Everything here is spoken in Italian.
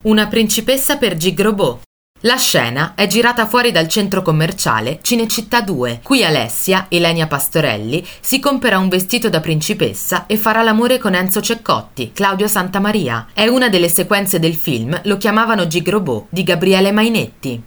Una principessa per Gigrobot. La scena è girata fuori dal centro commerciale Cinecittà 2. Qui Alessia, Elenia Pastorelli, si comperà un vestito da principessa e farà l'amore con Enzo Ceccotti, Claudio Santamaria. È una delle sequenze del film Lo chiamavano Gigrobot di Gabriele Mainetti.